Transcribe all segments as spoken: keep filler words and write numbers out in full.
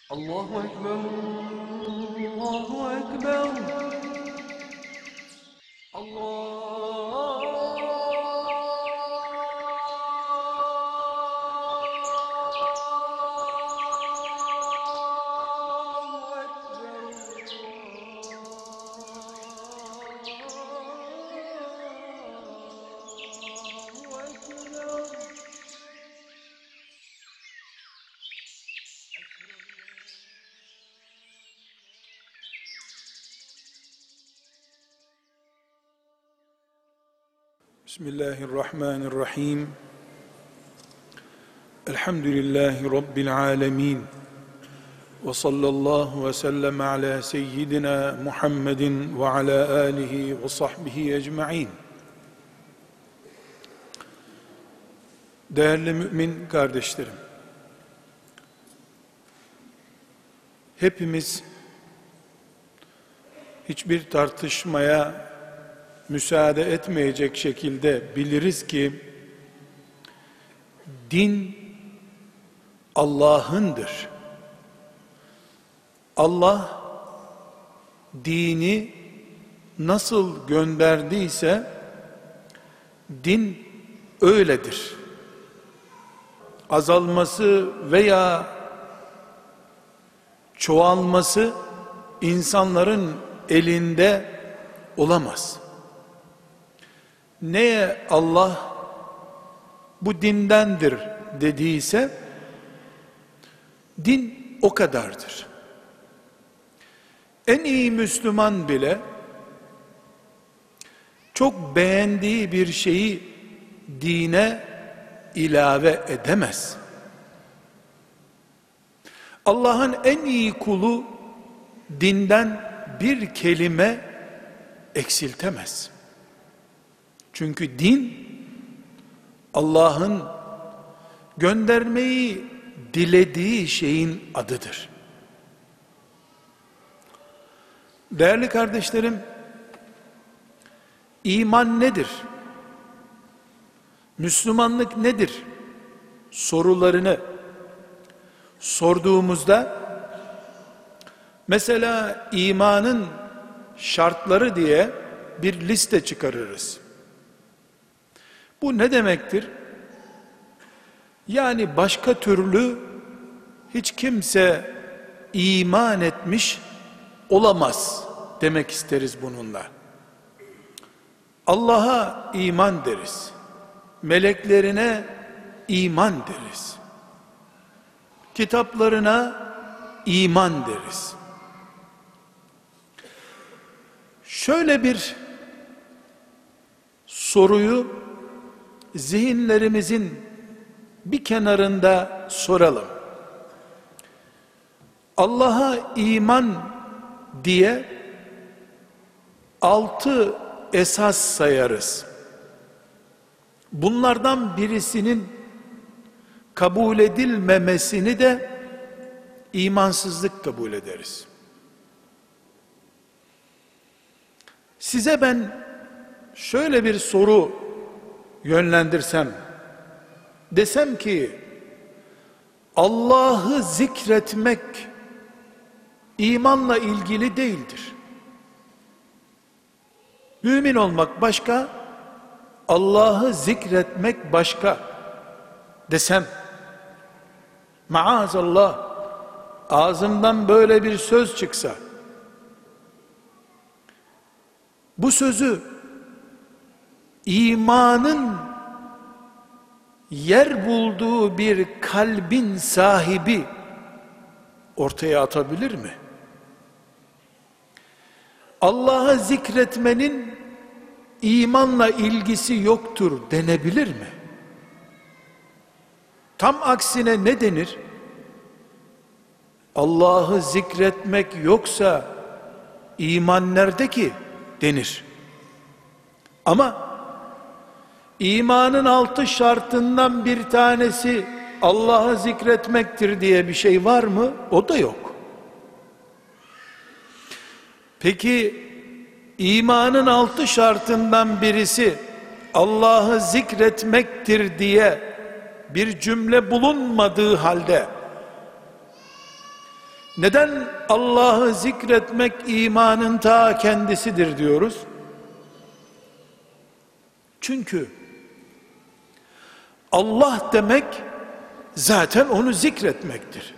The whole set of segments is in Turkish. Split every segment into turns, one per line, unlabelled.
Allahu Ekber, Allahu Ekber, Allahu Ekber, Allahu Ekber.
Bismillahirrahmanirrahim. Elhamdülillahi Rabbil alemin. Ve sallallahu ve sellem ala seyyidina Muhammedin ve ala alihi ve sahbihi ecma'in. Değerli mümin kardeşlerim, hepimiz hiçbir tartışmaya müsaade etmeyecek şekilde biliriz ki din Allah'ındır. Allah dini nasıl gönderdiyse din öyledir. Azalması veya çoğalması insanların elinde olamaz. Neye Allah bu dindendir dediyse din o kadardır. En iyi Müslüman bile çok beğendiği bir şeyi dine ilave edemez. Allah'ın en iyi kulu dinden bir kelime eksiltemez. Çünkü din Allah'ın göndermeyi dilediği şeyin adıdır. Değerli kardeşlerim, iman nedir? Müslümanlık nedir? Sorularını sorduğumuzda, mesela imanın şartları diye bir liste çıkarırız. Bu ne demektir? Yani başka türlü hiç kimse iman etmiş olamaz demek isteriz bununla. Allah'a iman deriz. Meleklerine iman deriz. Kitaplarına iman deriz. Şöyle bir soruyu zihinlerimizin bir kenarında soralım. Allah'a iman diye altı esas sayarız. Bunlardan birisinin kabul edilmemesini de imansızlık kabul ederiz. Size ben şöyle bir soru yönlendirsem, desem ki Allah'ı zikretmek imanla ilgili değildir. Mümin olmak başka, Allah'ı zikretmek başka desem, maazallah ağzımdan böyle bir söz çıksa, bu sözü imanın yer bulduğu bir kalbin sahibi ortaya atabilir mi? Allah'ı zikretmenin imanla ilgisi yoktur denebilir mi? Tam aksine ne denir? Allah'ı zikretmek yoksa iman nerede ki denir. Ama İmanın altı şartından bir tanesi Allah'ı zikretmektir diye bir şey var mı? O da yok. Peki imanın altı şartından birisi Allah'ı zikretmektir diye bir cümle bulunmadığı halde Neden Allah'ı zikretmek imanın ta kendisidir diyoruz? Çünkü Allah demek zaten onu zikretmektir.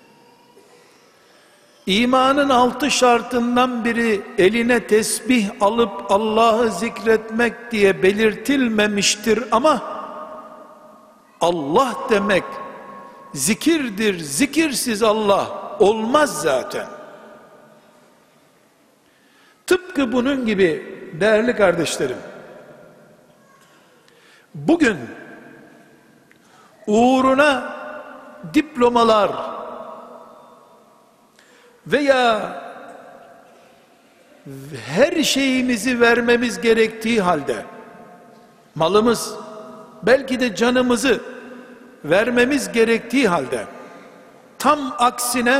İmanın altı şartından biri eline tesbih alıp Allah'ı zikretmek diye belirtilmemiştir ama Allah demek zikirdir. Zikirsiz Allah olmaz zaten. Tıpkı bunun gibi değerli kardeşlerim, bugün uğruna diplomalar veya her şeyimizi vermemiz gerektiği halde, malımız, belki de canımızı vermemiz gerektiği halde, tam aksine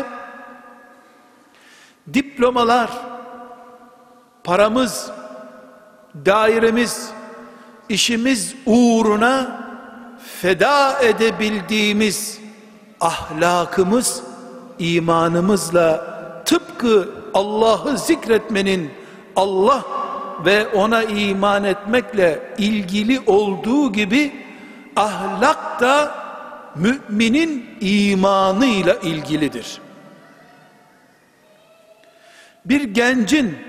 diplomalar, paramız, dairemiz, işimiz uğruna feda edebildiğimiz ahlakımız, imanımızla tıpkı Allah'ı zikretmenin, Allah ve ona iman etmekle ilgili olduğu gibi ahlak da müminin imanıyla ilgilidir. Bir gencin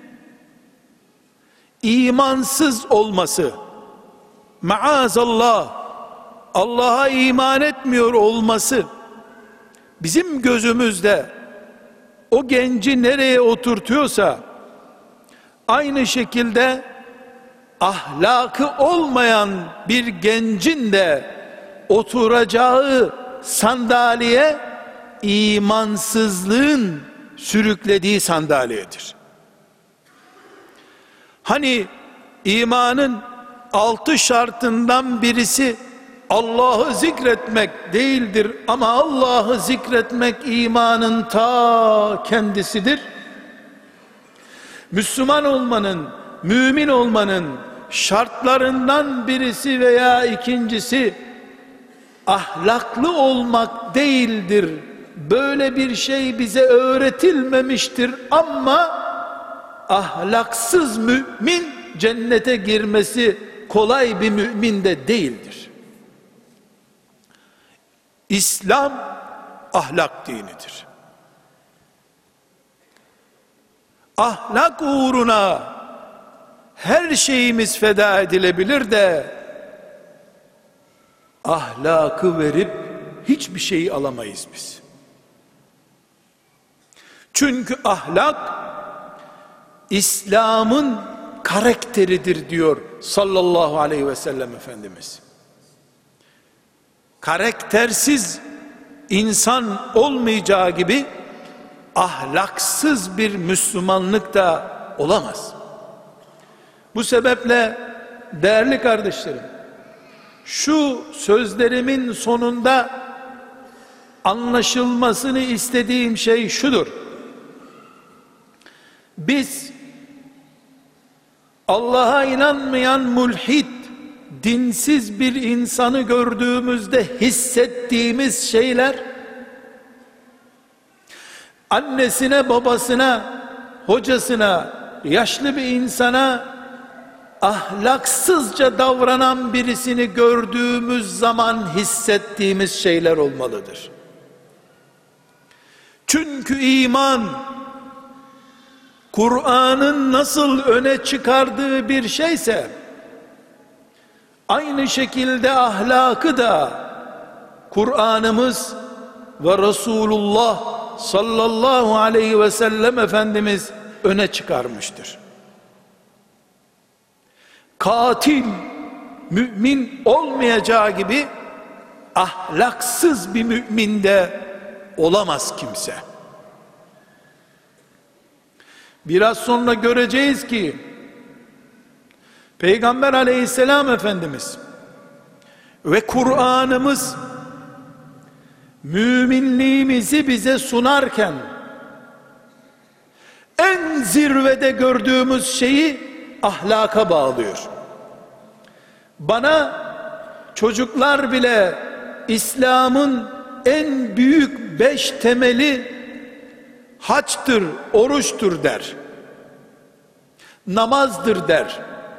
imansız olması, maazallah Allah'a iman etmiyor olması, bizim gözümüzde o genci nereye oturtuyorsa, aynı şekilde ahlakı olmayan bir gencin de oturacağı sandalye imansızlığın sürüklediği sandalyedir. Hani imanın altı şartından birisi Allah'ı zikretmek değildir ama Allah'ı zikretmek imanın ta kendisidir. Müslüman olmanın, mümin olmanın şartlarından birisi veya ikincisi ahlaklı olmak değildir. Böyle bir şey bize öğretilmemiştir ama ahlaksız mümin cennete girmesi kolay bir mümin de değildir. İslam ahlak dinidir. Ahlak uğruna her şeyimiz feda edilebilir de ahlakı verip hiçbir şeyi alamayız biz. Çünkü ahlak İslam'ın karakteridir diyor sallallahu aleyhi ve sellem Efendimiz. Karaktersiz insan olmayacağı gibi ahlaksız bir Müslümanlık da olamaz. Bu sebeple değerli kardeşlerim, şu sözlerimin sonunda anlaşılmasını istediğim şey şudur: biz Allah'a inanmayan mulhid, dinsiz bir insanı gördüğümüzde hissettiğimiz şeyler, annesine, babasına, hocasına, yaşlı bir insana ahlaksızca davranan birisini gördüğümüz zaman hissettiğimiz şeyler olmalıdır. Çünkü iman, Kur'an'ın nasıl öne çıkardığı bir şeyse, aynı şekilde ahlakı da Kur'an'ımız ve Resulullah sallallahu aleyhi ve sellem Efendimiz öne çıkarmıştır. Katil mümin olmayacağı gibi ahlaksız bir mümin de olamaz kimse. Biraz sonra göreceğiz ki Peygamber aleyhisselam Efendimiz ve Kur'an'ımız müminliğimizi bize sunarken en zirvede gördüğümüz şeyi ahlaka bağlıyor. Bana çocuklar bile İslam'ın en büyük beş temeli haçtır, oruçtur der. Namazdır der.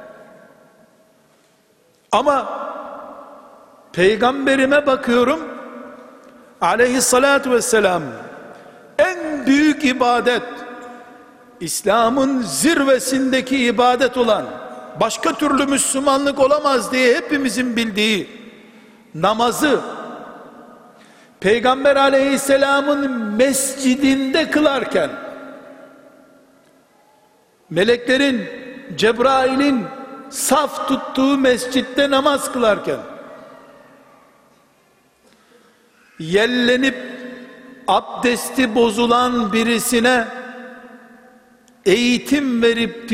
Ama peygamberime bakıyorum, aleyhissalatu vesselam, en büyük ibadet, İslam'ın zirvesindeki ibadet olan, başka türlü Müslümanlık olamaz diye hepimizin bildiği namazı Peygamber aleyhisselamın mescidinde kılarken, meleklerin, Cebrail'in saf tuttuğu mescitte namaz kılarken, yellenip abdesti bozulan birisine eğitim verip